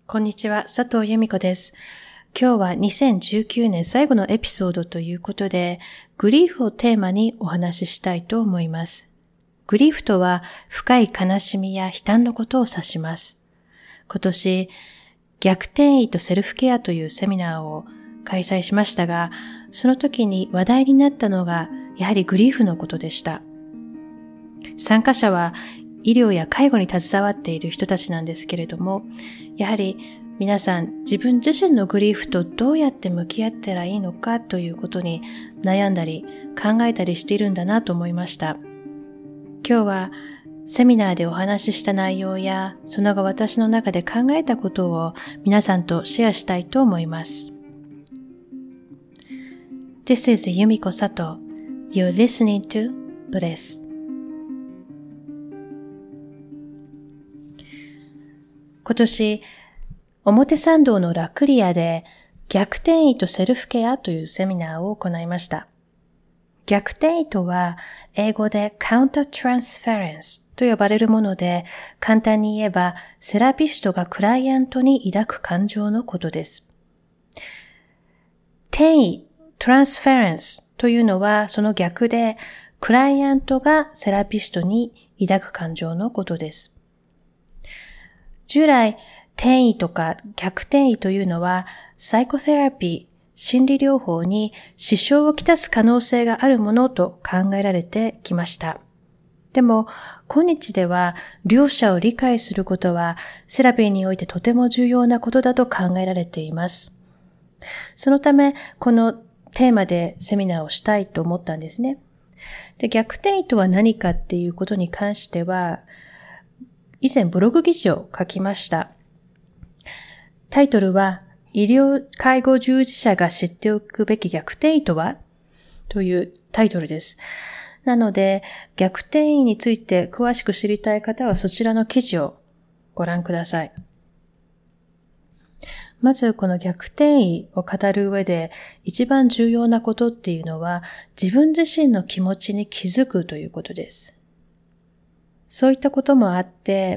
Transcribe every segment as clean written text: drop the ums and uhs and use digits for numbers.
こんにちは、佐藤由美子です。今日は2019年最後のエピソードということで、グリーフをテーマにお話ししたいと思います。グリーフとは深い悲しみや悲嘆のことを指します。今年、逆転移とセルフケアというセミナーを開催しましたが、その時に話題になったのが、やはりグリーフのことでした。参加者は医療や介護に携わっている人たちなんですけれども、やはり皆さん自分自身のグリーフとどうやって向き合ったらいいのかということに悩んだり考えたりしているんだなと思いました。今日はセミナーでお話しした内容やその後私の中で考えたことを皆さんとシェアしたいと思います。This is 由美子佐藤。You're listening to Bliss。今年、表参道のラクリアで逆転移とセルフケアというセミナーを行いました。逆転移とは英語でカウンタートランスフェレンスと呼ばれるもので、簡単に言えばセラピストがクライアントに抱く感情のことです。転移、トランスフェレンスというのはその逆で、クライアントがセラピストに抱く感情のことです。従来、転移とか逆転移というのは、サイコセラピー、心理療法に支障をきたす可能性があるものと考えられてきました。でも、今日では、両者を理解することは、セラピーにおいてとても重要なことだと考えられています。そのため、このテーマでセミナーをしたいと思ったんですね。で、逆転移とは何かっていうことに関しては、以前ブログ記事を書きました。タイトルは、医療介護従事者が知っておくべき逆転移とはというタイトルです。なので、逆転移について詳しく知りたい方はそちらの記事をご覧ください。まずこの逆転移を語る上で一番重要なことっていうのは、自分自身の気持ちに気づくということです。そういったこともあって、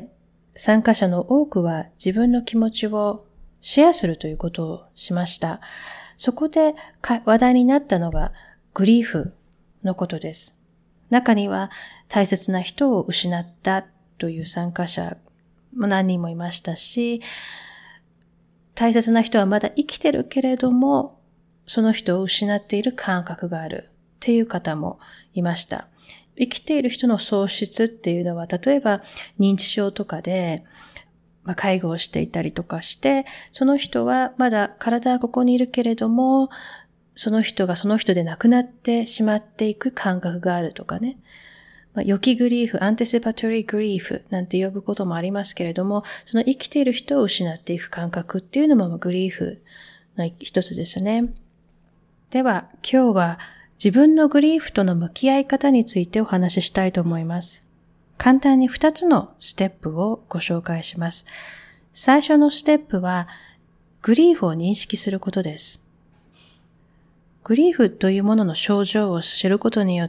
参加者の多くは自分の気持ちをシェアするということをしました。そこで話題になったのがグリーフのことです。中には大切な人を失ったという参加者も何人もいましたし、大切な人はまだ生きてるけれども、その人を失っている感覚があるっていう方もいました。生きている人の喪失っていうのは、例えば認知症とかで、介護をしていたりとかして、その人はまだ体はここにいるけれども、その人がその人で亡くなってしまっていく感覚があるとかね。予期グリーフ、アンティシパトリーグリーフなんて呼ぶこともありますけれども、その生きている人を失っていく感覚っていうのもグリーフの一つですね。では、今日は自分のグリーフとの向き合い方についてお話ししたいと思います。簡単に2つのステップをご紹介します。最初のステップは、グリーフを認識することです。グリーフというものの症状を知ることによって、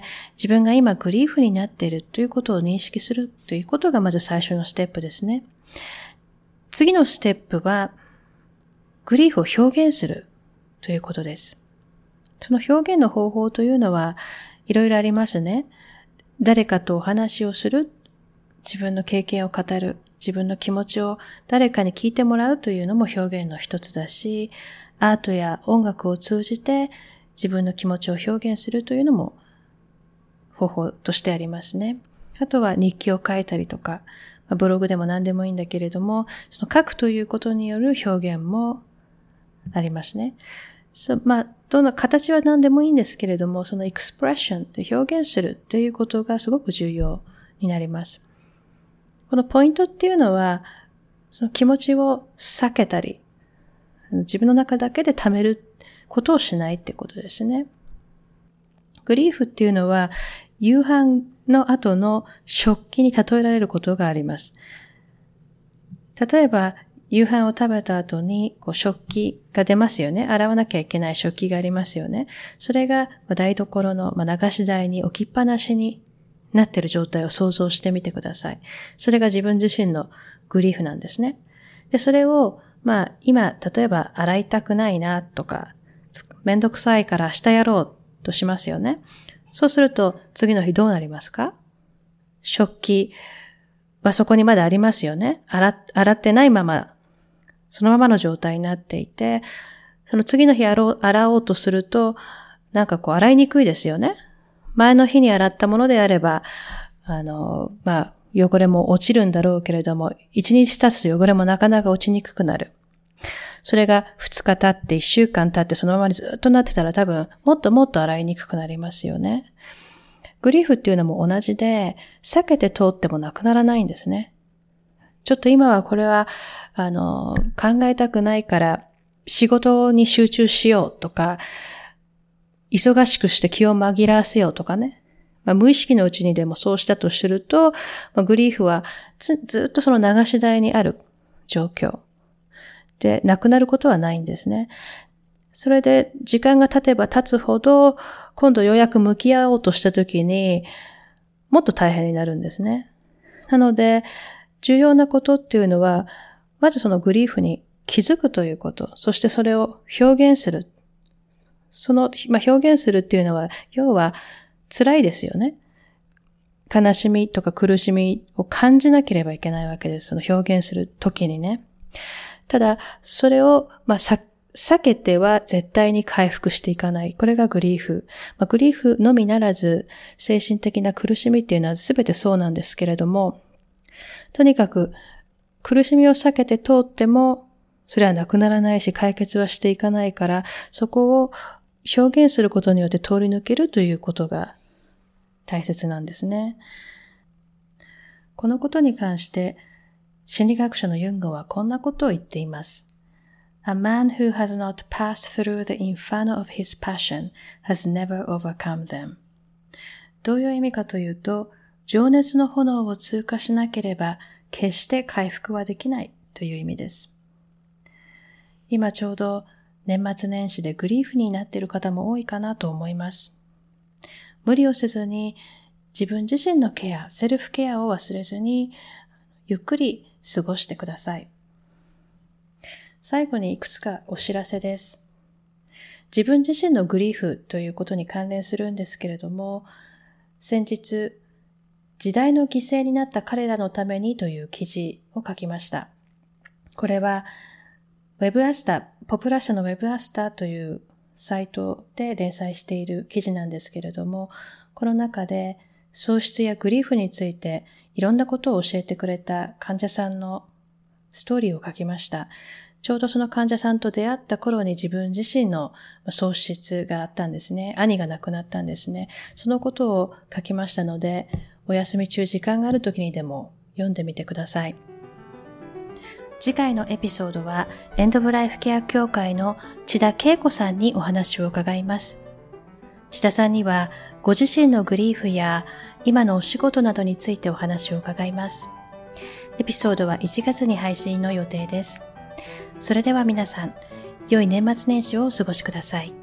自分が今グリーフになっているということを認識するということがまず最初のステップですね。次のステップは、グリーフを表現するということです。その表現の方法というのはいろいろありますね。誰かとお話をする、自分の経験を語る、自分の気持ちを誰かに聞いてもらうというのも表現の一つだし、アートや音楽を通じて自分の気持ちを表現するというのも方法としてありますね。あとは日記を書いたりとか、ブログでも何でもいいんだけれども、その書くということによる表現もありますね。どんな形は何でもいいんですけれども、そのエクスプレッションで表現するということがすごく重要になります。このポイントっていうのは、その気持ちを避けたり、自分の中だけで溜めることをしないってことですね。グリーフっていうのは、夕飯の後の食器に例えられることがあります。例えば、夕飯を食べた後に食器が出ますよね。洗わなきゃいけない食器がありますよね。それが台所の流し台に置きっぱなしになっている状態を想像してみてください。それが自分自身のグリーフなんですね。 で、それを、今、例えば洗いたくないなとか、めんどくさいから明日やろうとしますよね。そうすると、次の日どうなりますか？食器はそこにまだありますよね。洗ってないまま、そのままの状態になっていて、その次の日洗おうとすると、洗いにくいですよね。前の日に洗ったものであれば、汚れも落ちるんだろうけれども、1日経つと汚れもなかなか落ちにくくなる。それが2日経って1週間経ってそのままにずっとなってたら多分もっともっと洗いにくくなりますよね。グリーフっていうのも同じで、避けて通ってもなくならないんですね。ちょっと今はこれは、考えたくないから仕事に集中しようとか、忙しくして気を紛らわせようとかね。無意識のうちにでもそうしたとすると、グリーフはずっとその流し台にある状況で、なくなることはないんですね。それで時間が経てば経つほど、今度ようやく向き合おうとしたときに、もっと大変になるんですね。なので、重要なことっていうのは、まずそのグリーフに気づくということ、そしてそれを表現する。表現するっていうのは、要は辛いですよね。悲しみとか苦しみを感じなければいけないわけです。その表現するときにね。ただ、それを、避けては絶対に回復していかない。これがグリーフ。グリーフのみならず、精神的な苦しみっていうのは全てそうなんですけれども、とにかく苦しみを避けて通っても、それはなくならないし解決はしていかないから、そこを表現することによって通り抜けるということが大切なんですね。このことに関して、心理学者のユングはこんなことを言っています。A man who has not passed through the inferno of his passion has never overcome them. どういう意味かというと、情熱の炎を通過しなければ決して回復はできないという意味です。今ちょうど年末年始でグリーフになっている方も多いかなと思います。無理をせずに自分自身のケア、セルフケアを忘れずにゆっくり過ごしてください。最後にいくつかお知らせです。自分自身のグリーフということに関連するんですけれども、先日、時代の犠牲になった彼らのためにという記事を書きました。これは、ウェブアスタ、ポプラ社のウェブアスタというサイトで連載している記事なんですけれども、この中で喪失やグリーフについていろんなことを教えてくれた患者さんのストーリーを書きました。ちょうどその患者さんと出会った頃に自分自身の喪失があったんですね。兄が亡くなったんですね。そのことを書きましたので、お休み中時間がある時にでも読んでみてください。次回のエピソードはエンドオブライフケア協会の千田恵子さんにお話を伺います。千田さんにはご自身のグリーフや今のお仕事などについてお話を伺います。エピソードは1月に配信の予定です。それでは皆さん、良い年末年始をお過ごしください。